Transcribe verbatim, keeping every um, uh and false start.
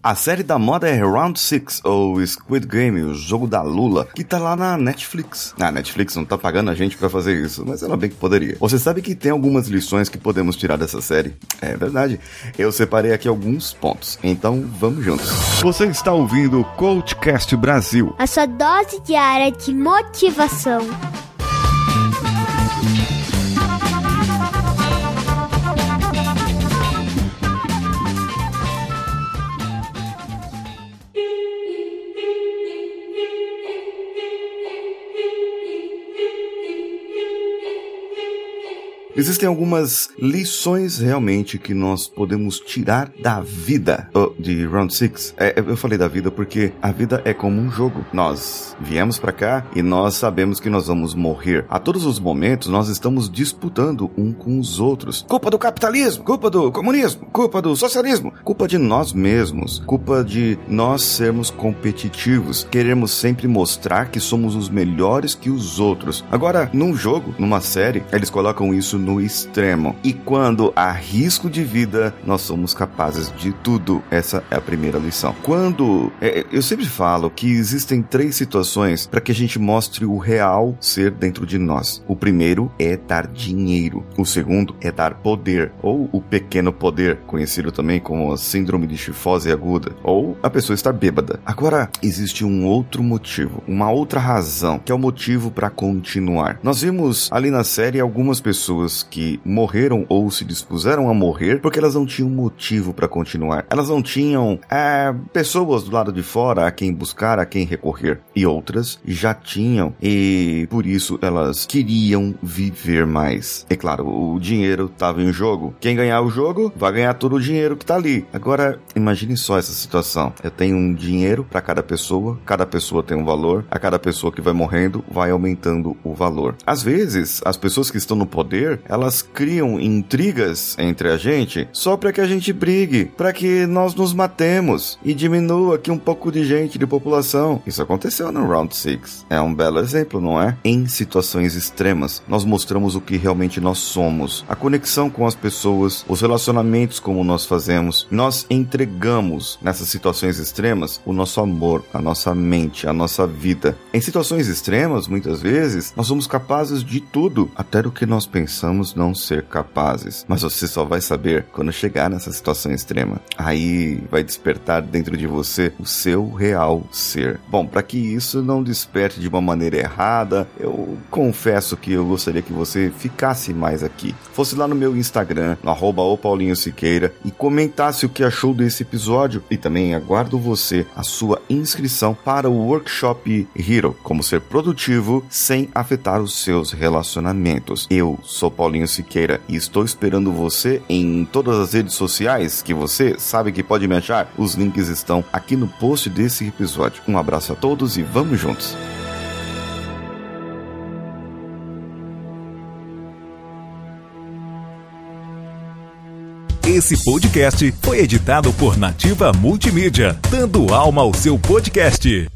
A série da moda é Round Six, ou Squid Game, o jogo da Lula, que tá lá na Netflix. A Netflix não tá pagando a gente pra fazer isso, mas ela bem que poderia. Você sabe que tem algumas lições que podemos tirar dessa série? É verdade. Eu separei aqui alguns pontos, então vamos juntos. Você está ouvindo o CoachCast Brasil, a sua dose diária de motivação. Existem algumas lições realmente que nós podemos tirar da vida oh, de Round Six. É, eu falei da vida porque a vida é como um jogo. Nós viemos pra cá e nós sabemos que nós vamos morrer. A todos os momentos nós estamos disputando um com os outros. Culpa do capitalismo, culpa do comunismo, culpa do socialismo, culpa de nós mesmos, culpa de nós sermos competitivos. Queremos sempre mostrar que somos os melhores que os outros. Agora, num jogo, numa série, eles colocam isso no extremo. E quando há risco de vida, nós somos capazes de tudo. Essa é a primeira lição. Quando... É, eu sempre falo que existem três situações para que a gente mostre o real ser dentro de nós. O primeiro é dar dinheiro. O segundo é dar poder, ou o pequeno poder, conhecido também como a síndrome de chifose aguda, ou a pessoa estar bêbada. Agora, existe um outro motivo, uma outra razão, que é o motivo para continuar. Nós vimos ali na série algumas pessoas que morreram ou se dispuseram a morrer porque elas não tinham motivo para continuar. Elas não tinham é, pessoas do lado de fora a quem buscar, a quem recorrer. E outras já tinham e por isso elas queriam viver mais. E claro, o dinheiro estava em jogo. Quem ganhar o jogo vai ganhar todo o dinheiro que está ali. Agora, imagine só essa situação. Eu tenho um dinheiro para cada pessoa, cada pessoa tem um valor, a cada pessoa que vai morrendo vai aumentando o valor. Às vezes, as pessoas que estão no poder, elas criam intrigas entre a gente só para que a gente brigue, para que nós nos matemos e diminua aqui um pouco de gente, de população. Isso aconteceu no Round Six. É um belo exemplo, não é? Em situações extremas, nós mostramos o que realmente nós somos, a conexão com as pessoas, os relacionamentos como nós fazemos. Nós entregamos nessas situações extremas o nosso amor, a nossa mente, a nossa vida. Em situações extremas, muitas vezes, nós somos capazes de tudo, até do que nós pensamos não ser capazes. Mas você só vai saber quando chegar nessa situação extrema. Aí vai despertar dentro de você o seu real ser. Bom, para que isso não desperte de uma maneira errada, eu confesso que eu gostaria que você ficasse mais aqui. Fosse lá no meu Instagram, no arroba o Paulinho Siqueira, e comentasse o que achou desse episódio. E também aguardo você a sua inscrição para o Workshop Hero, como ser produtivo sem afetar os seus relacionamentos. Eu sou Paulinho Siqueira e estou esperando você em todas as redes sociais que você sabe que pode me achar. Os links estão aqui no post desse episódio. Um abraço a todos e vamos juntos! Esse podcast foi editado por Nativa Multimídia, dando alma ao seu podcast.